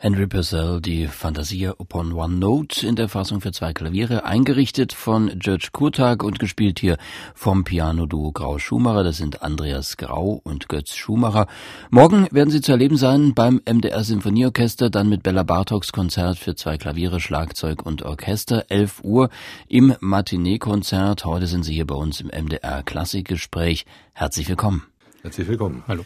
Henry Purcell, die Fantasia upon One Note in der Fassung für 2 Klaviere, eingerichtet von György Kurtag und gespielt hier vom Piano-Duo Grau-Schumacher. Das sind Andreas Grau und Götz Schumacher. Morgen werden sie zu erleben sein beim MDR Sinfonieorchester, dann mit Bella Bartoks Konzert für 2 Klaviere, Schlagzeug und Orchester, 11 Uhr im Matinee-Konzert. Heute sind sie hier bei uns im MDR Klassikgespräch. Herzlich willkommen. Herzlich willkommen. Hallo.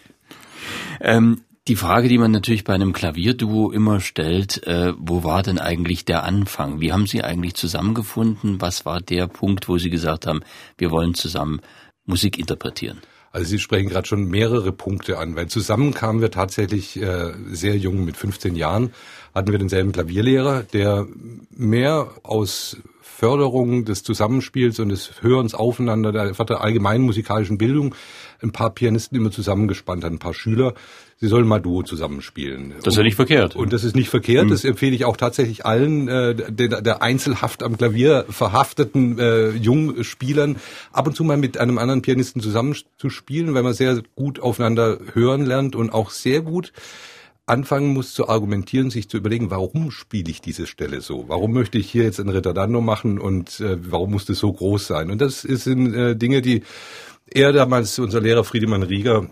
Die Frage, die man natürlich bei einem Klavierduo immer stellt, wo war denn eigentlich der Anfang? Wie haben Sie eigentlich zusammengefunden? Was war der Punkt, wo Sie gesagt haben, wir wollen zusammen Musik interpretieren? Also Sie sprechen gerade schon mehrere Punkte an, weil zusammen kamen wir tatsächlich sehr jung, mit 15 Jahren, hatten wir denselben Klavierlehrer, der mehr aus Förderung des Zusammenspiels und des Hörens aufeinander, der allgemeinen musikalischen Bildung, ein paar Pianisten immer zusammengespannt hat, ein paar Schüler. Sie sollen mal Duo zusammenspielen. Das ist ja nicht verkehrt. Und das ist nicht verkehrt. Das empfehle ich auch tatsächlich allen, der einzelhaft am Klavier verhafteten jungen Spielern, ab und zu mal mit einem anderen Pianisten zusammenzuspielen, weil man sehr gut aufeinander hören lernt und auch sehr gut anfangen muss zu argumentieren, sich zu überlegen, warum spiele ich diese Stelle so? Warum möchte ich hier jetzt ein Ritardando machen und warum muss das so groß sein? Und das sind Dinge, die er damals, unser Lehrer Friedemann Rieger,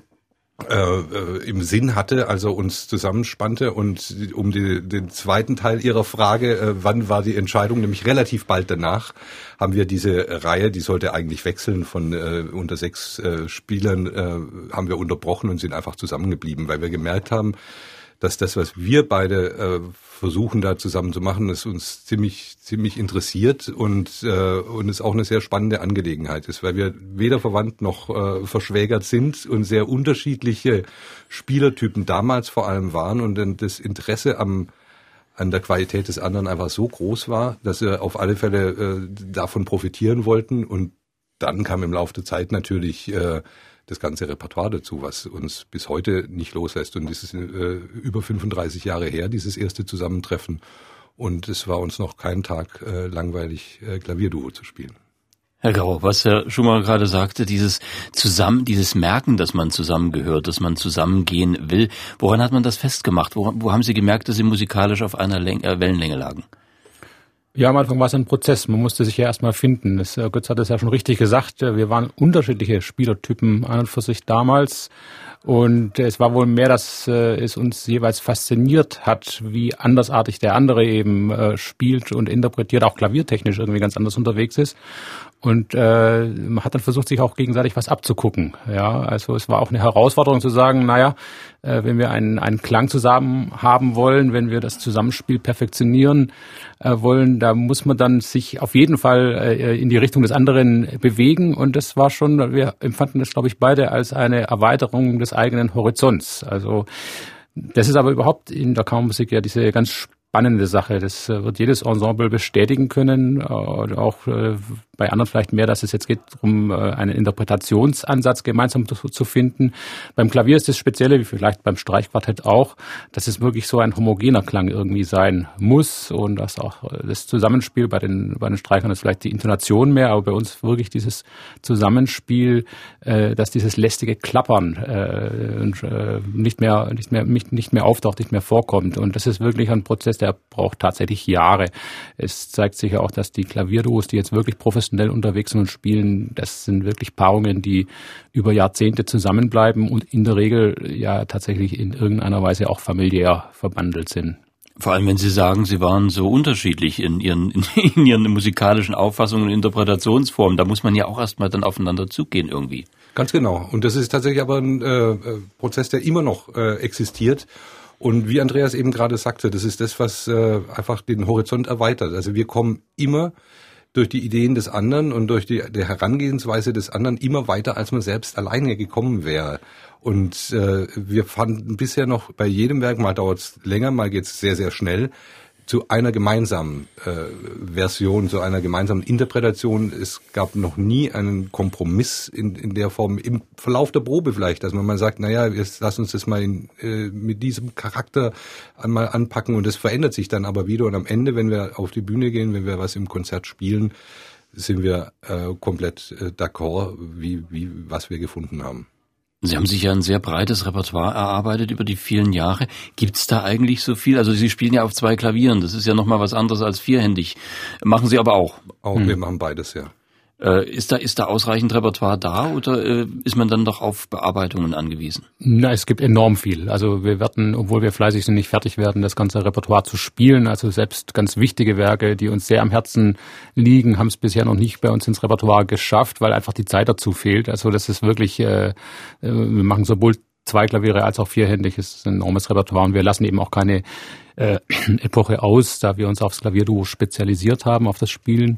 im Sinn hatte, also uns zusammenspannte. Und um den zweiten Teil Ihrer Frage, wann war die Entscheidung, nämlich relativ bald danach, haben wir diese Reihe, die sollte eigentlich wechseln von unter 6 Spielern, haben wir unterbrochen und sind einfach zusammengeblieben, weil wir gemerkt haben, dass das, was wir beide versuchen da zusammen zu machen, es uns ziemlich interessiert und es auch eine sehr spannende Angelegenheit ist, weil wir weder verwandt noch verschwägert sind und sehr unterschiedliche Spielertypen damals vor allem waren und dann das Interesse an der Qualität des anderen einfach so groß war, dass wir auf alle Fälle davon profitieren wollten. Und dann kam im Laufe der Zeit natürlich das ganze Repertoire dazu, was uns bis heute nicht loslässt. Und das ist über 35 Jahre her, dieses erste Zusammentreffen. Und es war uns noch keinen Tag langweilig, Klavierduo zu spielen. Herr Grau, was Herr Schumacher gerade sagte, dieses Merken, dass man zusammengehört, dass man zusammengehen will, woran hat man das festgemacht? Wo haben Sie gemerkt, dass Sie musikalisch auf einer Wellenlänge lagen? Ja, am Anfang war es ein Prozess. Man musste sich ja erstmal finden. Götz hat es ja schon richtig gesagt. Wir waren unterschiedliche Spielertypen an und für sich damals. Und es war wohl mehr, dass es uns jeweils fasziniert hat, wie andersartig der andere eben spielt und interpretiert, auch klaviertechnisch irgendwie ganz anders unterwegs ist. Und man hat dann versucht, sich auch gegenseitig was abzugucken. Ja, also es war auch eine Herausforderung zu sagen, wenn wir einen Klang zusammen haben wollen, wenn wir das Zusammenspiel perfektionieren wollen, da muss man dann sich auf jeden Fall in die Richtung des anderen bewegen. Und das war schon, wir empfanden das, glaube ich, beide als eine Erweiterung des eigenen Horizonts. Also das ist aber überhaupt in der Kammermusik ja diese ganz spannende Sache. Das wird jedes Ensemble bestätigen können, auch bei anderen vielleicht mehr, dass es jetzt geht darum, einen Interpretationsansatz gemeinsam zu finden. Beim Klavier ist das Spezielle, wie vielleicht beim Streichquartett auch, dass es wirklich so ein homogener Klang irgendwie sein muss und dass auch das Zusammenspiel bei den Streichern ist vielleicht die Intonation mehr, aber bei uns wirklich dieses Zusammenspiel, dass dieses lästige Klappern nicht mehr auftaucht, nicht mehr vorkommt. Und das ist wirklich ein Prozess, der braucht tatsächlich Jahre. Es zeigt sich ja auch, dass die Klavierduos, die jetzt wirklich professionell unterwegs sind und spielen, das sind wirklich Paarungen, die über Jahrzehnte zusammenbleiben und in der Regel ja tatsächlich in irgendeiner Weise auch familiär verbandelt sind. Vor allem, wenn Sie sagen, Sie waren so unterschiedlich in Ihren musikalischen Auffassungen und Interpretationsformen, da muss man ja auch erstmal dann aufeinander zugehen irgendwie. Ganz genau. Und das ist tatsächlich aber ein Prozess, der immer noch existiert. Und wie Andreas eben gerade sagte, das ist das, was einfach den Horizont erweitert. Also wir kommen immer durch die Ideen des anderen und durch die Herangehensweise des anderen immer weiter, als man selbst alleine gekommen wäre. Und wir fanden bisher noch bei jedem Werk, mal dauert es länger, mal geht es sehr, sehr schnell, zu einer gemeinsamen Version, zu einer gemeinsamen Interpretation. Es gab noch nie einen Kompromiss in der Form, im Verlauf der Probe vielleicht, dass man mal sagt, jetzt lass uns das mal mit diesem Charakter einmal anpacken und das verändert sich dann aber wieder und am Ende, wenn wir auf die Bühne gehen, wenn wir was im Konzert spielen, sind wir komplett d'accord, was wir gefunden haben. Sie haben sich ja ein sehr breites Repertoire erarbeitet über die vielen Jahre. Gibt's da eigentlich so viel? Also Sie spielen ja auf 2 Klavieren, das ist ja nochmal was anderes als vierhändig. Machen Sie aber auch? Auch, wir machen beides, ja. Ist da ausreichend Repertoire da oder ist man dann doch auf Bearbeitungen angewiesen? Na, es gibt enorm viel. Also wir werden, obwohl wir fleißig sind, nicht fertig werden, das ganze Repertoire zu spielen. Also selbst ganz wichtige Werke, die uns sehr am Herzen liegen, haben es bisher noch nicht bei uns ins Repertoire geschafft, weil einfach die Zeit dazu fehlt. Also das ist wirklich, wir machen sowohl 2 Klaviere als auch vierhändig, ist ein enormes Repertoire und wir lassen eben auch keine Epoche aus, da wir uns aufs Klavierduo spezialisiert haben, auf das Spielen.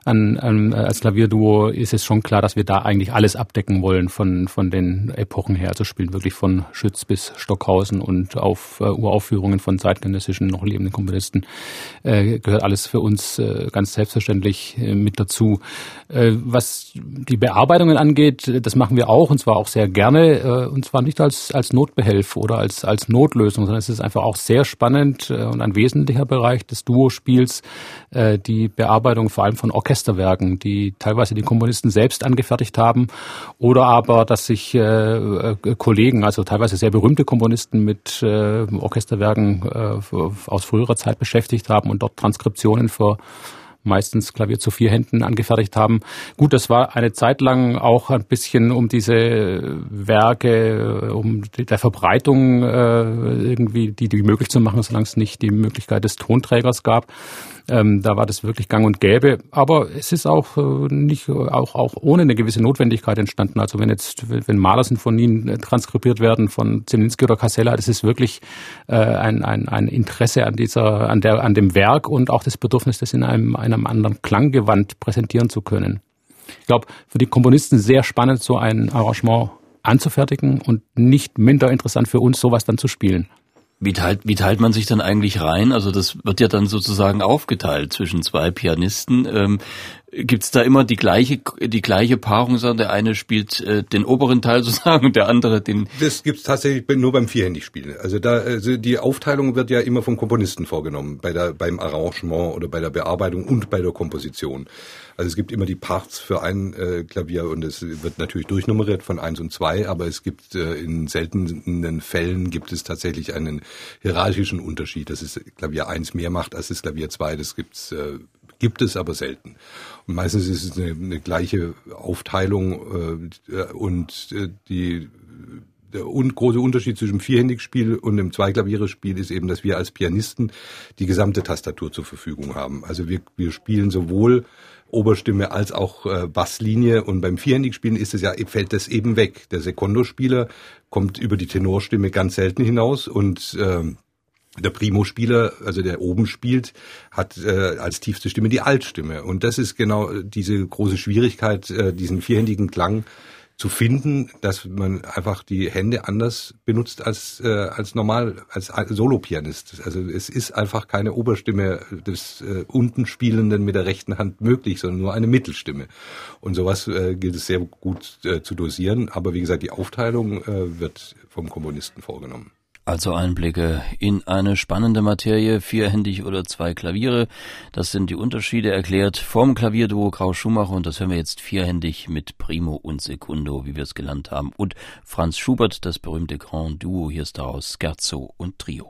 Als Klavierduo ist es schon klar, dass wir da eigentlich alles abdecken wollen von den Epochen her. Also spielen wirklich von Schütz bis Stockhausen und auf Uraufführungen von zeitgenössischen, noch lebenden Komponisten. Gehört alles für uns ganz selbstverständlich mit dazu. Was die Bearbeitungen angeht, das machen wir auch und zwar auch sehr gerne und zwar nicht als Notbehelf oder als Notlösung, sondern es ist einfach auch sehr spannend und ein wesentlicher Bereich des Duospiels, die Bearbeitung vor allem von Orchesterwerken, die teilweise die Komponisten selbst angefertigt haben oder aber, dass sich Kollegen, also teilweise sehr berühmte Komponisten mit Orchesterwerken aus früherer Zeit beschäftigt haben und dort Transkriptionen für meistens Klavier zu 4 Händen angefertigt haben. Gut, das war eine Zeit lang auch ein bisschen um diese Werke, um der Verbreitung irgendwie die möglich zu machen, solange es nicht die Möglichkeit des Tonträgers gab. Da war das wirklich gang und gäbe. Aber es ist auch nicht auch ohne eine gewisse Notwendigkeit entstanden. Also wenn Mahler-Sinfonien transkribiert werden von Zemlinsky oder Casella, das ist wirklich ein Interesse an dem Werk und auch das Bedürfnis, das in einem anderen Klanggewand präsentieren zu können. Ich glaube, für die Komponisten sehr spannend, so ein Arrangement anzufertigen und nicht minder interessant für uns, sowas dann zu spielen. Wie teilt man sich dann eigentlich rein? Also das wird ja dann sozusagen aufgeteilt zwischen 2 Pianisten. Gibt's da immer die gleiche Paarung, sondern der eine spielt den oberen Teil sozusagen und der andere den... Das gibt's tatsächlich nur beim Vierhändigspielen. Also die Aufteilung wird ja immer vom Komponisten vorgenommen, beim Arrangement oder bei der Bearbeitung und bei der Komposition. Also es gibt immer die Parts für ein Klavier und es wird natürlich durchnummeriert von 1 und 2, aber es gibt in seltenen Fällen gibt es tatsächlich einen hierarchischen Unterschied, dass das Klavier 1 mehr macht als das Klavier 2. Das gibt es aber selten. Und meistens ist es eine gleiche Aufteilung und der große Unterschied zwischen dem Vierhändigspiel und dem Zweiklavierspiel ist eben, dass wir als Pianisten die gesamte Tastatur zur Verfügung haben. Also wir spielen sowohl Oberstimme als auch Basslinie und beim Vierhändigspielen fällt das eben weg. Der Sekondospieler kommt über die Tenorstimme ganz selten hinaus und der Primo-Spieler, also der oben spielt, hat als tiefste Stimme die Altstimme. Und das ist genau diese große Schwierigkeit, diesen vierhändigen Klang zu finden, dass man einfach die Hände anders benutzt als Solopianist. Also es ist einfach keine Oberstimme des unten Spielenden mit der rechten Hand möglich, sondern nur eine Mittelstimme. Und sowas gilt es sehr gut zu dosieren. Aber wie gesagt, die Aufteilung wird vom Komponisten vorgenommen. Also Einblicke in eine spannende Materie, vierhändig oder 2 Klaviere. Das sind die Unterschiede erklärt vom Klavierduo Grau-Schumacher und das hören wir jetzt vierhändig mit Primo und Secundo, wie wir es gelernt haben. Und Franz Schubert, das berühmte Grand Duo, hier ist daraus Scherzo und Trio.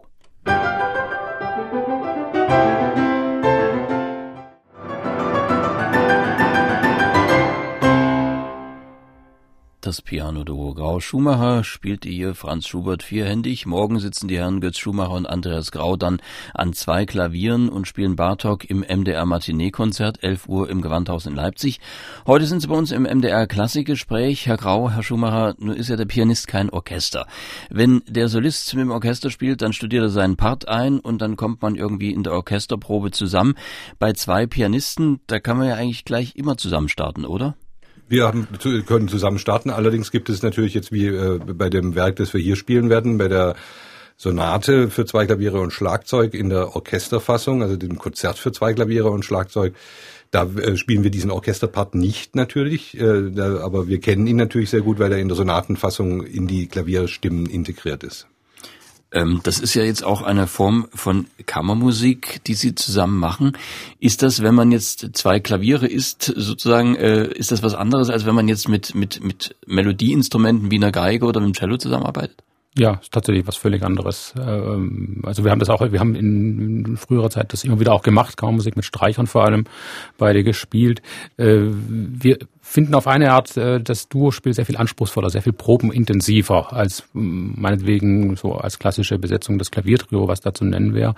Das Piano-Duo Grau-Schumacher spielte hier Franz Schubert vierhändig. Morgen sitzen die Herren Götz Schumacher und Andreas Grau dann an 2 Klavieren und spielen Bartók im MDR Matinee-Konzert, 11 Uhr im Gewandhaus in Leipzig. Heute sind sie bei uns im MDR Klassikgespräch. Herr Grau, Herr Schumacher, nun ist ja der Pianist kein Orchester. Wenn der Solist mit dem Orchester spielt, dann studiert er seinen Part ein und dann kommt man irgendwie in der Orchesterprobe zusammen. Bei 2 Pianisten, da kann man ja eigentlich gleich immer zusammen starten, oder? Wir können zusammen starten, allerdings gibt es natürlich jetzt wie bei dem Werk, das wir hier spielen werden, bei der Sonate für 2 Klaviere und Schlagzeug in der Orchesterfassung, also dem Konzert für 2 Klaviere und Schlagzeug, da spielen wir diesen Orchesterpart nicht natürlich, aber wir kennen ihn natürlich sehr gut, weil er in der Sonatenfassung in die Klavierstimmen integriert ist. Das ist ja jetzt auch eine Form von Kammermusik, die Sie zusammen machen. Ist das, wenn man jetzt zwei Klaviere sozusagen, ist das was anderes, als wenn man jetzt mit Melodieinstrumenten wie einer Geige oder mit einem Cello zusammenarbeitet? Ja, ist tatsächlich was völlig anderes. Also wir haben in früherer Zeit das immer wieder auch gemacht, Kammermusik mit Streichern vor allem, beide gespielt. Wir finden auf eine Art das Duo-Spiel sehr viel anspruchsvoller, sehr viel probenintensiver als meinetwegen so als klassische Besetzung des Klaviertrio, was da zu nennen wäre,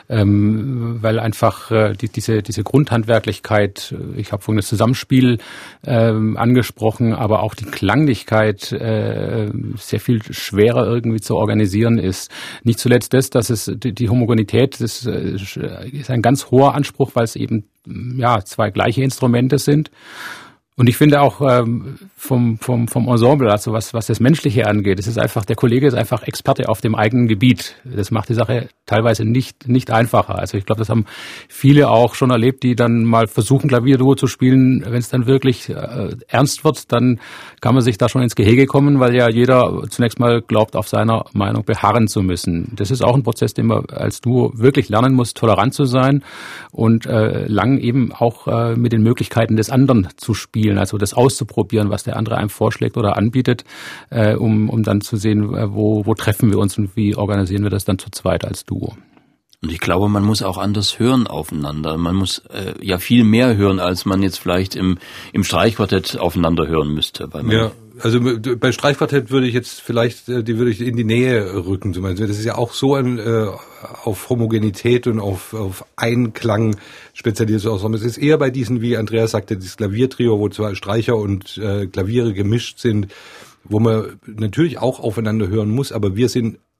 weil einfach diese Grundhandwerklichkeit, ich habe vorhin das Zusammenspiel angesprochen, aber auch die Klanglichkeit sehr viel schwerer irgendwie zu organisieren ist. Nicht zuletzt dass es die Homogenität ist ein ganz hoher Anspruch, weil es eben zwei gleiche Instrumente sind. Und ich finde auch vom Ensemble, also was das Menschliche angeht, der Kollege ist einfach Experte auf dem eigenen Gebiet. Das macht die Sache teilweise nicht einfacher. Also ich glaube, das haben viele auch schon erlebt, die dann mal versuchen, Klavierduo zu spielen. Wenn es dann wirklich ernst wird, dann kann man sich da schon ins Gehege kommen, weil ja jeder zunächst mal glaubt, auf seiner Meinung beharren zu müssen. Das ist auch ein Prozess, den man als Duo wirklich lernen muss, tolerant zu sein und lang eben auch mit den Möglichkeiten des anderen zu spielen. Also das auszuprobieren, was der andere einem vorschlägt oder anbietet, um dann zu sehen, wo treffen wir uns und wie organisieren wir das dann zu zweit als Duo. Und ich glaube, man muss auch anders hören aufeinander. Man muss viel mehr hören, als man jetzt vielleicht im Streichquartett aufeinander hören müsste. Ja, also bei Streichquartett würde ich jetzt vielleicht, die würde ich in die Nähe rücken. Das ist ja auch so auf Homogenität und auf Einklang spezialisiert Ensemble. Es ist eher bei diesen, wie Andreas sagte, dieses Klaviertrio, wo zwar Streicher und Klaviere gemischt sind, wo man natürlich auch aufeinander hören muss, aber wir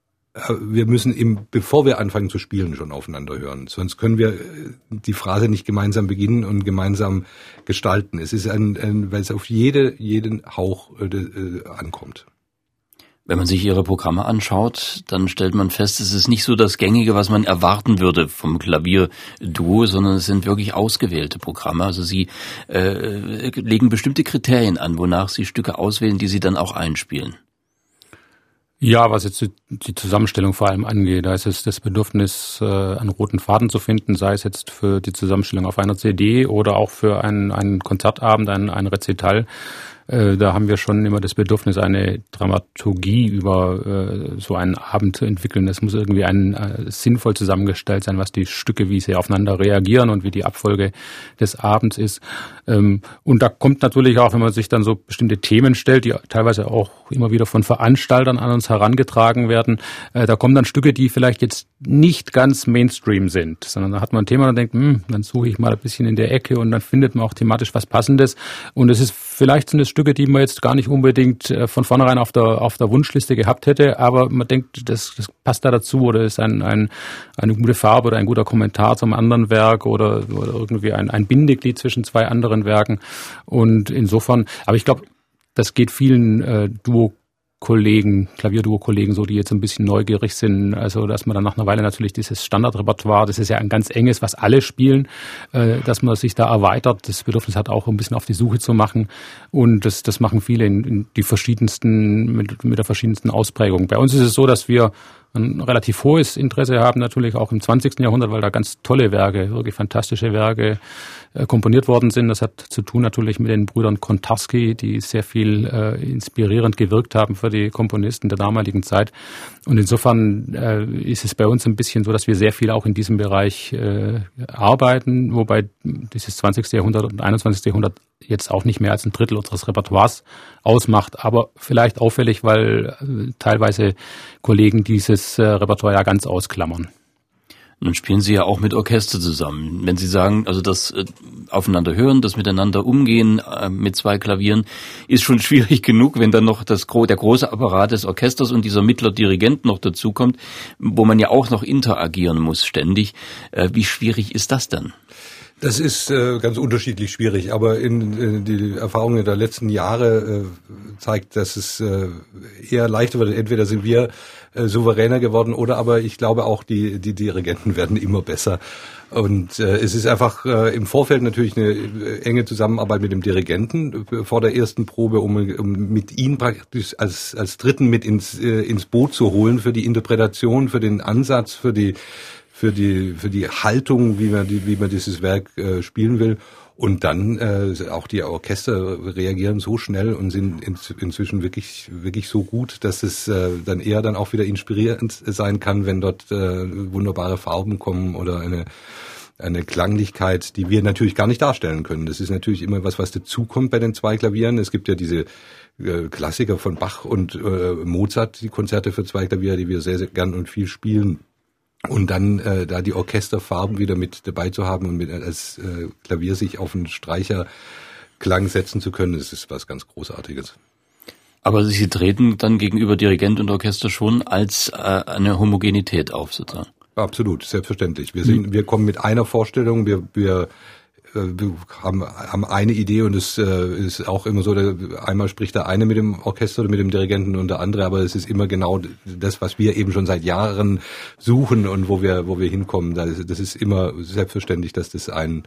müssen bevor wir anfangen zu spielen, schon aufeinander hören. Sonst können wir die Phrase nicht gemeinsam beginnen und gemeinsam gestalten. Es ist weil es auf jeden Hauch ankommt. Wenn man sich Ihre Programme anschaut, dann stellt man fest, es ist nicht so das Gängige, was man erwarten würde vom Klavierduo, sondern es sind wirklich ausgewählte Programme. Also Sie legen bestimmte Kriterien an, wonach Sie Stücke auswählen, die Sie dann auch einspielen. Ja, was jetzt die Zusammenstellung vor allem angeht, da ist es das Bedürfnis, einen roten Faden zu finden, sei es jetzt für die Zusammenstellung auf einer CD oder auch für einen Konzertabend, ein Rezital. Da haben wir schon immer das Bedürfnis, eine Dramaturgie über so einen Abend zu entwickeln. Es muss irgendwie sinnvoll zusammengestellt sein, was die Stücke, wie sie aufeinander reagieren und wie die Abfolge des Abends ist. Und da kommt natürlich auch, wenn man sich dann so bestimmte Themen stellt, die teilweise auch immer wieder von Veranstaltern an uns herangetragen werden, da kommen dann Stücke, die vielleicht jetzt nicht ganz Mainstream sind, sondern da hat man ein Thema und denkt, dann suche ich mal ein bisschen in der Ecke und dann findet man auch thematisch was Passendes. Und es ist vielleicht sind es Stücke, die man jetzt gar nicht unbedingt von vornherein auf der Wunschliste gehabt hätte, aber man denkt, das passt da dazu oder ist eine gute Farbe oder ein guter Kommentar zum anderen Werk oder irgendwie ein Bindeglied zwischen zwei anderen Werken. Und insofern, aber ich glaube, das geht vielen Klavierduo-Kollegen so, die jetzt ein bisschen neugierig sind, also dass man dann nach einer Weile natürlich dieses Standardrepertoire, das ist ja ein ganz enges, was alle spielen, dass man sich da erweitert, das Bedürfnis hat auch ein bisschen auf die Suche zu machen und das machen viele in die verschiedensten, mit der verschiedensten Ausprägung. Bei uns ist es so, dass wir ein relativ hohes Interesse haben, natürlich auch im 20. Jahrhundert, weil da ganz tolle Werke, wirklich fantastische Werke komponiert worden sind. Das hat zu tun natürlich mit den Brüdern Kontarski, die sehr viel inspirierend gewirkt haben für die Komponisten der damaligen Zeit. Und insofern ist es bei uns ein bisschen so, dass wir sehr viel auch in diesem Bereich arbeiten, wobei dieses 20. Jahrhundert und 21. Jahrhundert jetzt auch nicht mehr als ein Drittel unseres Repertoires ausmacht, aber vielleicht auffällig, weil teilweise Kollegen dieses Repertoire ja ganz ausklammern. Nun spielen Sie ja auch mit Orchester zusammen. Wenn Sie sagen, also das Aufeinander hören, das Miteinander umgehen mit zwei Klavieren, ist schon schwierig genug, wenn dann noch der große Apparat des Orchesters und dieser Mittler-Dirigent noch dazukommt, wo man ja auch noch interagieren muss ständig. Wie schwierig ist das dann? Das ist ganz unterschiedlich schwierig, aber die Erfahrungen der letzten Jahre zeigt, dass es eher leichter wird. Entweder sind wir souveräner geworden oder aber ich glaube auch die Dirigenten werden immer besser. Und es ist einfach im Vorfeld natürlich eine enge Zusammenarbeit mit dem Dirigenten vor der ersten Probe, um mit ihm praktisch als Dritten mit ins Boot zu holen für die Interpretation, für den Ansatz, für die Haltung, wie man dieses Werk spielen will. Und dann auch die Orchester reagieren so schnell und sind inzwischen wirklich so gut, dass es dann eher dann auch wieder inspirierend sein kann, wenn dort wunderbare Farben kommen oder eine Klanglichkeit, die wir natürlich gar nicht darstellen können. Das ist natürlich immer was dazukommt bei den zwei Klavieren. Es gibt ja diese Klassiker von Bach und Mozart, die Konzerte für zwei Klavier, die wir sehr, sehr gern und viel spielen. Und dann da die Orchesterfarben wieder mit dabei zu haben und als Klavier sich auf einen Streicherklang setzen zu können, das ist was ganz Großartiges. Aber Sie treten dann gegenüber Dirigent und Orchester schon als eine Homogenität auf, sozusagen. Absolut, selbstverständlich. Wir kommen mit einer Vorstellung, wir haben eine Idee und es ist auch immer so, einmal spricht der eine mit dem Orchester oder mit dem Dirigenten und der andere, aber es ist immer genau das, was wir eben schon seit Jahren suchen und wo wir hinkommen. Das ist immer selbstverständlich, dass das ein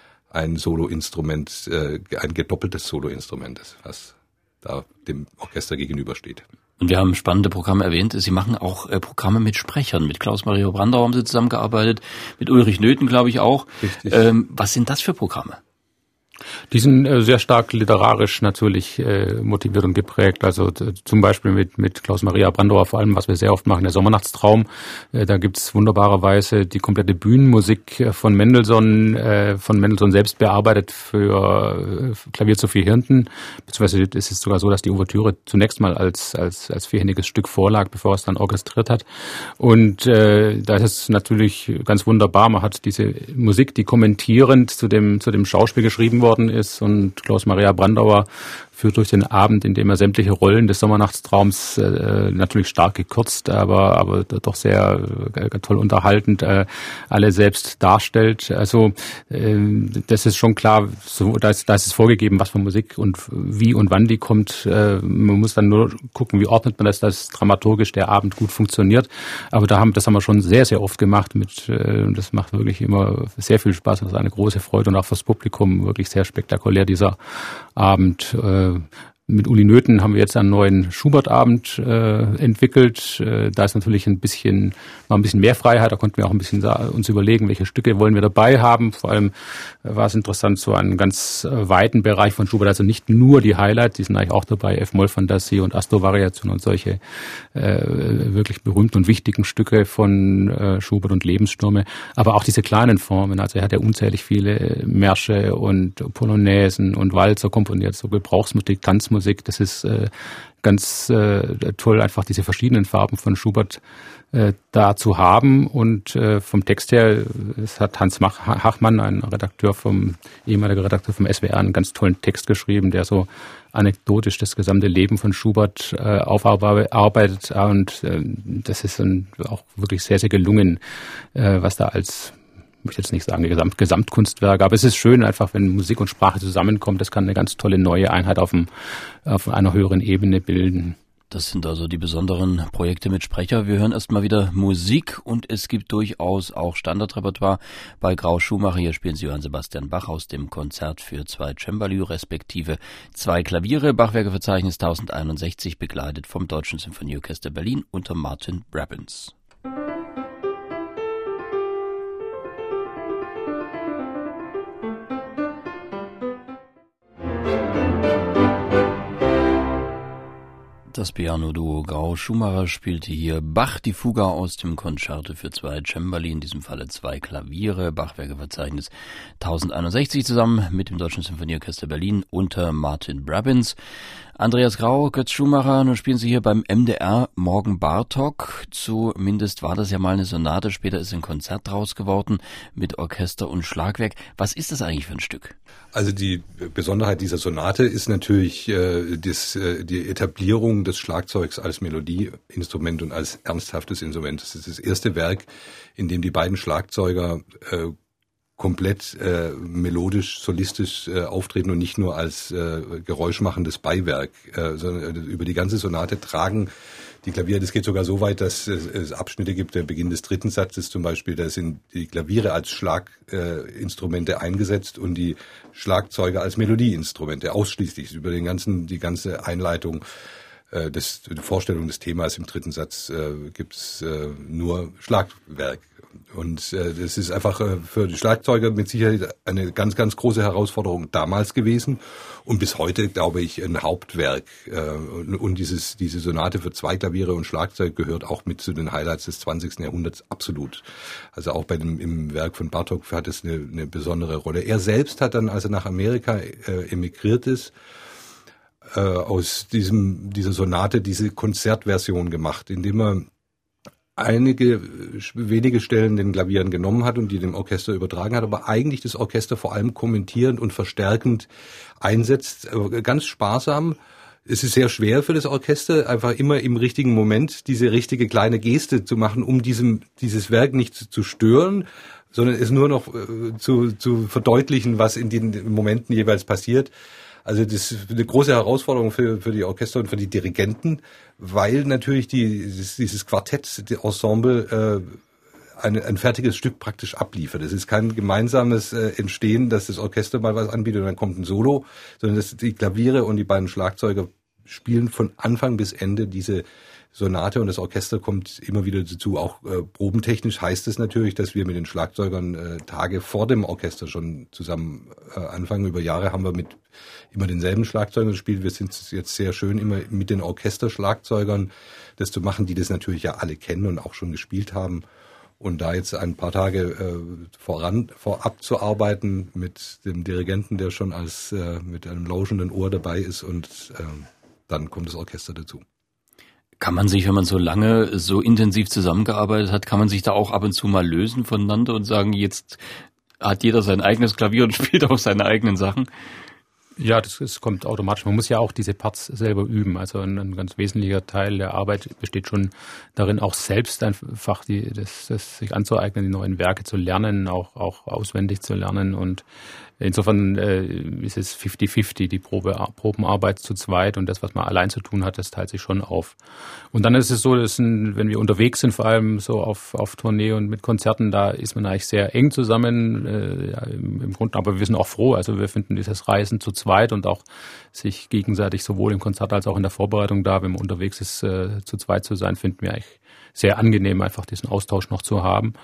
Soloinstrument, ein gedoppeltes Soloinstrument ist, was da dem Orchester gegenübersteht. Und wir haben spannende Programme erwähnt. Sie machen auch Programme mit Sprechern. Mit Klaus-Maria Brandauer haben Sie zusammengearbeitet, mit Ulrich Nöthen, glaube ich, auch. Richtig. Was sind das für Programme? Die sind sehr stark literarisch natürlich motiviert und geprägt. Also zum Beispiel mit Klaus-Maria Brandauer, vor allem, was wir sehr oft machen, der Sommernachtstraum. Da gibt's wunderbarerweise die komplette Bühnenmusik von Mendelssohn selbst bearbeitet für Klavier zu vier Hirten. Beziehungsweise es ist sogar so, dass die Ouvertüre zunächst mal als vierhändiges Stück vorlag, bevor es dann orchestriert hat. Und da ist es natürlich ganz wunderbar. Man hat diese Musik, die kommentierend zu dem Schauspiel geschrieben worden ist, und Klaus-Maria Brandauer führt durch den Abend, in dem er sämtliche Rollen des Sommernachtstraums natürlich stark gekürzt, aber doch sehr toll unterhaltend alle selbst darstellt. Also das ist schon klar, so, da ist es vorgegeben, was für Musik und wie und wann die kommt. Man muss dann nur gucken, wie ordnet man das, dass dramaturgisch der Abend gut funktioniert. Aber das haben wir schon sehr, sehr oft gemacht und das macht wirklich immer sehr viel Spaß. Das ist eine große Freude und auch fürs Publikum wirklich sehr spektakulär, dieser Abend. Mit Uli Nöthen haben wir jetzt einen neuen Schubert-Abend entwickelt. Da ist natürlich ein bisschen mehr Freiheit. Da konnten wir auch ein bisschen uns überlegen, welche Stücke wollen wir dabei haben. Vor allem war es interessant, so einen ganz weiten Bereich von Schubert, also nicht nur die Highlights, die sind eigentlich auch dabei, F-Moll-Fantasie und Astor-Variation und solche wirklich berühmten und wichtigen Stücke von Schubert und Lebensstürme, aber auch diese kleinen Formen. Also er hat ja unzählig viele Märsche und Polonaisen und Walzer komponiert, so Gebrauchsmusik, Tanzmusik. Das ist ganz toll, einfach diese verschiedenen Farben von Schubert da zu haben. Und vom Text her, es hat Hans Hachmann, ein ehemaliger Redakteur vom SWR, einen ganz tollen Text geschrieben, der so anekdotisch das gesamte Leben von Schubert aufarbeitet. Und das ist dann auch wirklich sehr, sehr gelungen, was da als, ich möchte jetzt nicht sagen Gesamtkunstwerk, aber es ist schön einfach, wenn Musik und Sprache zusammenkommt. Das kann eine ganz tolle neue Einheit auf einer höheren Ebene bilden. Das sind also die besonderen Projekte mit Sprecher. Wir hören erstmal wieder Musik und es gibt durchaus auch Standardrepertoire bei Grau Schumacher. Hier spielen Sie Johann Sebastian Bach aus dem Konzert für zwei Cembali respektive zwei Klaviere. Bachwerkeverzeichnis 1061, begleitet vom Deutschen Symphonieorchester Berlin unter Martin Brabins. Das Piano-Duo Grau Schumacher spielte hier Bach, die Fuga aus dem Concerto für zwei Cembali, in diesem Falle zwei Klaviere, Bachwerkeverzeichnis 1061 zusammen mit dem Deutschen Symphonieorchester Berlin unter Martin Brabins. Andreas Grau, Götz Schumacher, nun spielen Sie hier beim MDR Morgen Bartok. Zumindest war das ja mal eine Sonate, später ist ein Konzert draus geworden mit Orchester und Schlagwerk. Was ist das eigentlich für ein Stück? Also die Besonderheit dieser Sonate ist natürlich die Etablierung des Schlagzeugs als Melodieinstrument und als ernsthaftes Instrument. Das ist das erste Werk, in dem die beiden Schlagzeuger komplett melodisch, solistisch auftreten und nicht nur als geräuschmachendes Beiwerk, sondern über die ganze Sonate tragen die Klaviere. Das geht sogar so weit, dass es Abschnitte gibt, der Beginn des dritten Satzes zum Beispiel, da sind die Klaviere als Schlaginstrumente eingesetzt und die Schlagzeuge als Melodieinstrumente, ausschließlich über die ganze Einleitung. Die Vorstellung des Themas im dritten Satz gibt's nur Schlagwerk. Und das ist einfach für die Schlagzeuger mit Sicherheit eine ganz, ganz große Herausforderung damals gewesen und bis heute, glaube ich, ein Hauptwerk. Und diese Sonate für 2 Klaviere und Schlagzeug gehört auch mit zu den Highlights des 20. Jahrhunderts absolut. Also auch im Werk von Bartók hat es eine besondere Rolle. Er selbst hat dann, als er nach Amerika emigriert ist, aus dieser Sonate diese Konzertversion gemacht, indem er einige wenige Stellen den Klavieren genommen hat und die dem Orchester übertragen hat, aber eigentlich das Orchester vor allem kommentierend und verstärkend einsetzt, ganz sparsam. Es ist sehr schwer für das Orchester, einfach immer im richtigen Moment diese richtige kleine Geste zu machen, um dieses Werk nicht zu stören, sondern es nur noch zu verdeutlichen, was in den Momenten jeweils passiert. Also das ist eine große Herausforderung für die Orchester und für die Dirigenten, weil natürlich dieses Quartett, das Ensemble, ein fertiges Stück praktisch abliefert. Es ist kein gemeinsames Entstehen, dass das Orchester mal was anbietet und dann kommt ein Solo, sondern dass die Klaviere und die beiden Schlagzeuger spielen von Anfang bis Ende diese Sonate und das Orchester kommt immer wieder dazu. Auch probentechnisch heißt es natürlich, dass wir mit den Schlagzeugern Tage vor dem Orchester schon zusammen anfangen. Über Jahre haben wir mit immer denselben Schlagzeugern gespielt. Wir sind jetzt sehr schön immer mit den Orchesterschlagzeugern das zu machen, die das natürlich ja alle kennen und auch schon gespielt haben. Und da jetzt ein paar Tage vorab zu arbeiten mit dem Dirigenten, der schon mit einem lauschenden Ohr dabei ist und dann kommt das Orchester dazu. Kann man sich, wenn man so lange so intensiv zusammengearbeitet hat, kann man sich da auch ab und zu mal lösen voneinander und sagen, jetzt hat jeder sein eigenes Klavier und spielt auch seine eigenen Sachen? Ja, das kommt automatisch. Man muss ja auch diese Parts selber üben. Also ein ganz wesentlicher Teil der Arbeit besteht schon darin, auch selbst einfach das sich anzueignen, die neuen Werke zu lernen, auch auswendig zu lernen. Und insofern ist es 50-50, die Probenarbeit zu zweit und das, was man allein zu tun hat, das teilt sich schon auf. Und dann ist es so, wenn wir unterwegs sind, vor allem so auf Tournee und mit Konzerten, da ist man eigentlich sehr eng zusammen im Grunde. Aber wir sind auch froh. Also wir finden dieses Reisen zu zweit und auch sich gegenseitig sowohl im Konzert als auch in der Vorbereitung da, wenn man unterwegs ist, zu zweit zu sein, finden wir eigentlich sehr angenehm, einfach diesen Austausch noch zu haben.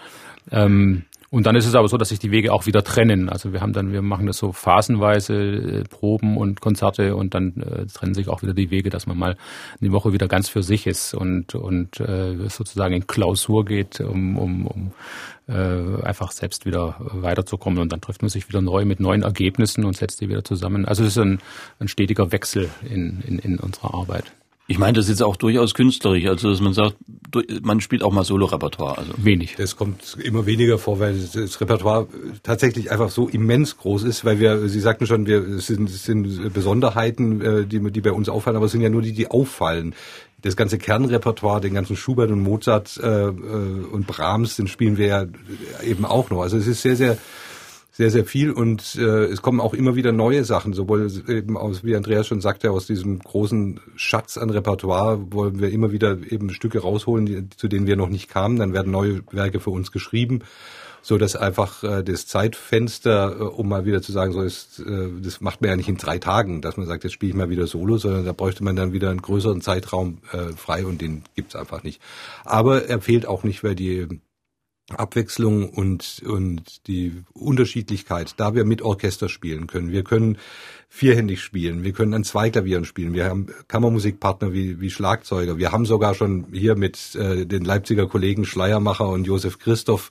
Und dann ist es aber so, dass sich die Wege auch wieder trennen. Also wir machen das so phasenweise, Proben und Konzerte und dann trennen sich auch wieder die Wege, dass man mal eine Woche wieder ganz für sich ist und sozusagen in Klausur geht, um einfach selbst wieder weiterzukommen. Und dann trifft man sich wieder neu mit neuen Ergebnissen und setzt die wieder zusammen. Also es ist ein stetiger Wechsel in unserer Arbeit. Ich meine, das ist jetzt auch durchaus künstlerisch, also dass man sagt, man spielt auch mal Solo-Repertoire. Also wenig. Das kommt immer weniger vor, weil das Repertoire tatsächlich einfach so immens groß ist, weil Sie sagten schon, es sind Besonderheiten, die bei uns auffallen, aber es sind ja nur die auffallen. Das ganze Kernrepertoire, den ganzen Schubert und Mozart und Brahms, den spielen wir ja eben auch noch. Also es ist sehr, sehr sehr, sehr viel und es kommen auch immer wieder neue Sachen, sowohl eben wie Andreas schon sagte, aus diesem großen Schatz an Repertoire wollen wir immer wieder eben Stücke rausholen, zu denen wir noch nicht kamen. Dann werden neue Werke für uns geschrieben, so dass einfach das Zeitfenster, um mal wieder zu sagen, das macht man ja nicht in 3 Tagen, dass man sagt, jetzt spiele ich mal wieder Solo, sondern da bräuchte man dann wieder einen größeren Zeitraum frei und den gibt's einfach nicht. Aber er fehlt auch nicht, weil die Abwechslung und die Unterschiedlichkeit, da wir mit Orchester spielen können. Wir können vierhändig spielen, wir können an 2 Klavieren spielen, wir haben Kammermusikpartner wie Schlagzeuger, wir haben sogar schon hier mit den Leipziger Kollegen Schleiermacher und Josef Christoph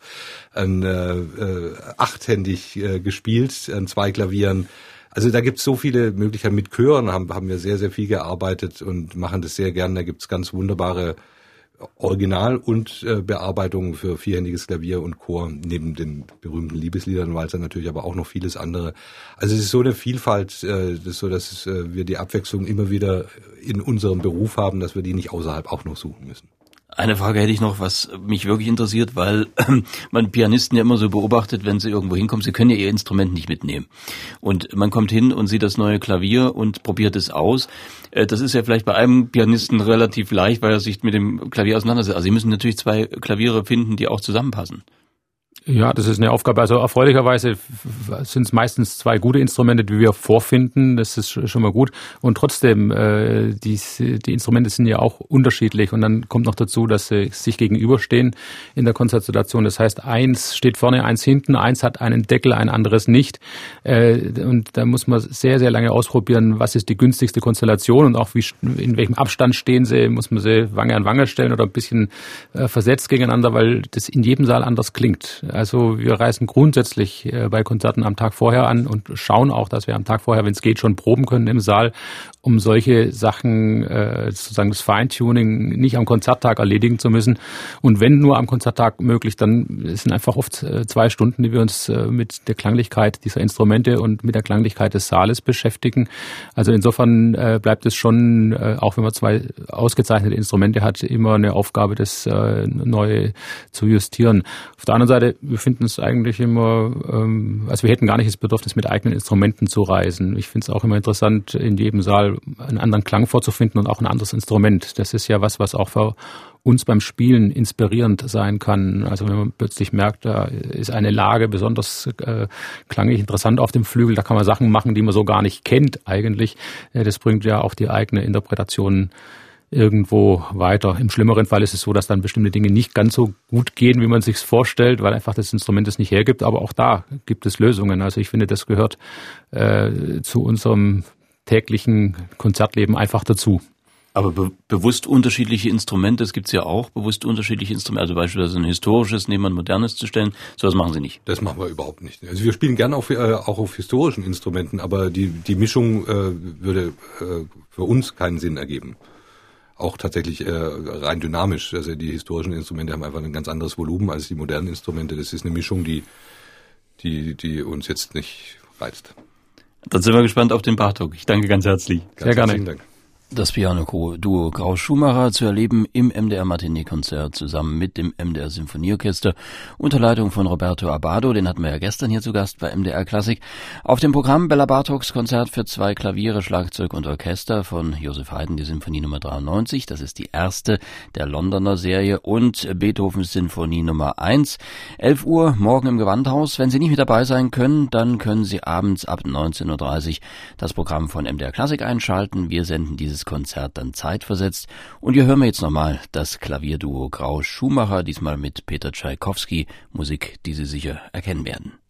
8-händig gespielt, an 2 Klavieren. Also da gibt's so viele Möglichkeiten. Mit Chören haben wir sehr, sehr viel gearbeitet und machen das sehr gern. Da gibt's ganz wunderbare Original- und Bearbeitungen für vierhändiges Klavier und Chor, neben den berühmten Liebesliedern, Walzer natürlich, aber auch noch vieles andere. Also es ist so eine Vielfalt, dass wir die Abwechslung immer wieder in unserem Beruf haben, dass wir die nicht außerhalb auch noch suchen müssen. Eine Frage hätte ich noch, was mich wirklich interessiert, weil man Pianisten ja immer so beobachtet, wenn sie irgendwo hinkommen, sie können ja ihr Instrument nicht mitnehmen. Und man kommt hin und sieht das neue Klavier und probiert es aus. Das ist ja vielleicht bei einem Pianisten relativ leicht, weil er sich mit dem Klavier auseinandersetzt. Also Sie müssen natürlich 2 Klaviere finden, die auch zusammenpassen. Ja, das ist eine Aufgabe. Also erfreulicherweise sind es meistens 2 gute Instrumente, die wir vorfinden. Das ist schon mal gut. Und trotzdem, die Instrumente sind ja auch unterschiedlich. Und dann kommt noch dazu, dass sie sich gegenüberstehen in der Konzertsituation. Das heißt, eins steht vorne, eins hinten, eins hat einen Deckel, ein anderes nicht. Und da muss man sehr, sehr lange ausprobieren, was ist die günstigste Konstellation und auch in welchem Abstand stehen sie. Muss man sie Wange an Wange stellen oder ein bisschen versetzt gegeneinander, weil das in jedem Saal anders klingt. Also wir reisen grundsätzlich bei Konzerten am Tag vorher an und schauen auch, dass wir am Tag vorher, wenn es geht, schon proben können im Saal, um solche Sachen, sozusagen das Feintuning, nicht am Konzerttag erledigen zu müssen. Und wenn nur am Konzerttag möglich, dann sind einfach oft 2 Stunden, die wir uns mit der Klanglichkeit dieser Instrumente und mit der Klanglichkeit des Saales beschäftigen. Also insofern bleibt es schon, auch wenn man 2 ausgezeichnete Instrumente hat, immer eine Aufgabe, das neu zu justieren. Auf der anderen Seite, wir finden es eigentlich immer, also wir hätten gar nicht das Bedürfnis, mit eigenen Instrumenten zu reisen. Ich finde es auch immer interessant, in jedem Saal einen anderen Klang vorzufinden und auch ein anderes Instrument. Das ist ja was auch für uns beim Spielen inspirierend sein kann. Also wenn man plötzlich merkt, da ist eine Lage besonders klanglich interessant auf dem Flügel, da kann man Sachen machen, die man so gar nicht kennt eigentlich. Das bringt ja auch die eigene Interpretation irgendwo weiter. Im schlimmeren Fall ist es so, dass dann bestimmte Dinge nicht ganz so gut gehen, wie man sich vorstellt, weil einfach das Instrument es nicht hergibt. Aber auch da gibt es Lösungen. Also ich finde, das gehört zu unserem täglichen Konzertleben einfach dazu. Aber bewusst unterschiedliche Instrumente, das gibt's ja auch, bewusst unterschiedliche Instrumente, also beispielsweise ein historisches neben ein modernes zu stellen, sowas machen Sie nicht. Das machen wir überhaupt nicht. Also wir spielen gerne auch auf historischen Instrumenten, aber die Mischung würde für uns keinen Sinn ergeben. Auch tatsächlich rein dynamisch. Also die historischen Instrumente haben einfach ein ganz anderes Volumen als die modernen Instrumente. Das ist eine Mischung, die uns jetzt nicht reizt. Dann sind wir gespannt auf den Bartók. Ich danke ganz herzlich. Sehr gerne. Herzlichen Dank. Das Piano-Duo Grau-Schumacher zu erleben im MDR Matinee-Konzert zusammen mit dem MDR Symphonieorchester unter Leitung von Roberto Abbado, den hatten wir ja gestern hier zu Gast bei MDR Klassik. Auf dem Programm Bela Bartóks Konzert für 2 Klaviere, Schlagzeug und Orchester von Joseph Haydn, die Symphonie Nummer 93, das ist die erste der Londoner Serie, und Beethovens Sinfonie Nummer 1. 11 Uhr morgen im Gewandhaus. Wenn Sie nicht mit dabei sein können, dann können Sie abends ab 19.30 Uhr das Programm von MDR Klassik einschalten. Wir senden dieses Konzert dann zeitversetzt. Und hier hören wir jetzt nochmal das Klavierduo Grau-Schumacher, diesmal mit Peter Tschaikowski, Musik, die Sie sicher erkennen werden.